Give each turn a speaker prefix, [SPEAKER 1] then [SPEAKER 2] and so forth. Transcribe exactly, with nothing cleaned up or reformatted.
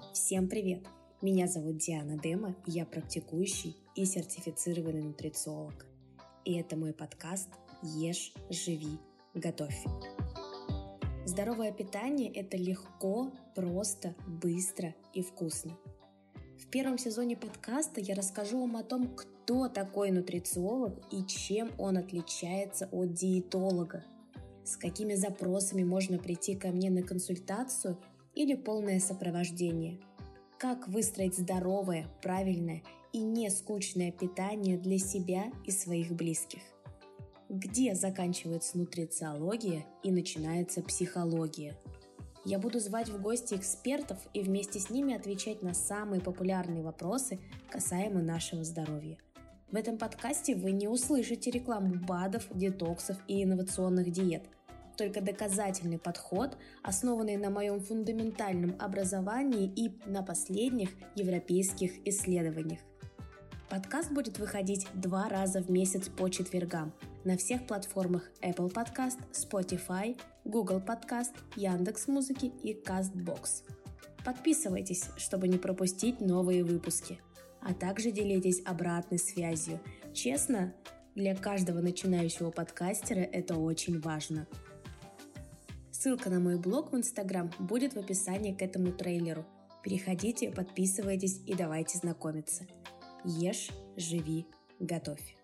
[SPEAKER 1] Всем привет! Меня зовут Диана Дема, я практикующий и сертифицированный нутрициолог. И это мой подкаст «Ешь, живи, готовь». Здоровое питание – это легко, просто, быстро и вкусно. В первом сезоне подкаста я расскажу вам о том, кто такой нутрициолог и чем он отличается от диетолога, с какими запросами можно прийти ко мне на консультацию или полное сопровождение, как выстроить здоровое, правильное и не скучное питание для себя и своих близких, где заканчивается нутрициология и начинается психология. Я буду звать в гости экспертов и вместе с ними отвечать на самые популярные вопросы касаемо нашего здоровья. В этом подкасте вы не услышите рекламу БАДов, детоксов и инновационных диет, только доказательный подход, основанный на моем фундаментальном образовании и на последних европейских исследованиях. Подкаст будет выходить два раза в месяц по четвергам на всех платформах Apple Podcast, Spotify, Google Podcast, Яндекс.Музыки и Castbox. Подписывайтесь, чтобы не пропустить новые выпуски, а также делитесь обратной связью. Честно, для каждого начинающего подкастера это очень важно. Ссылка на мой блог в Instagram будет в описании к этому трейлеру. Переходите, подписывайтесь и давайте знакомиться. Ешь, живи, готовь.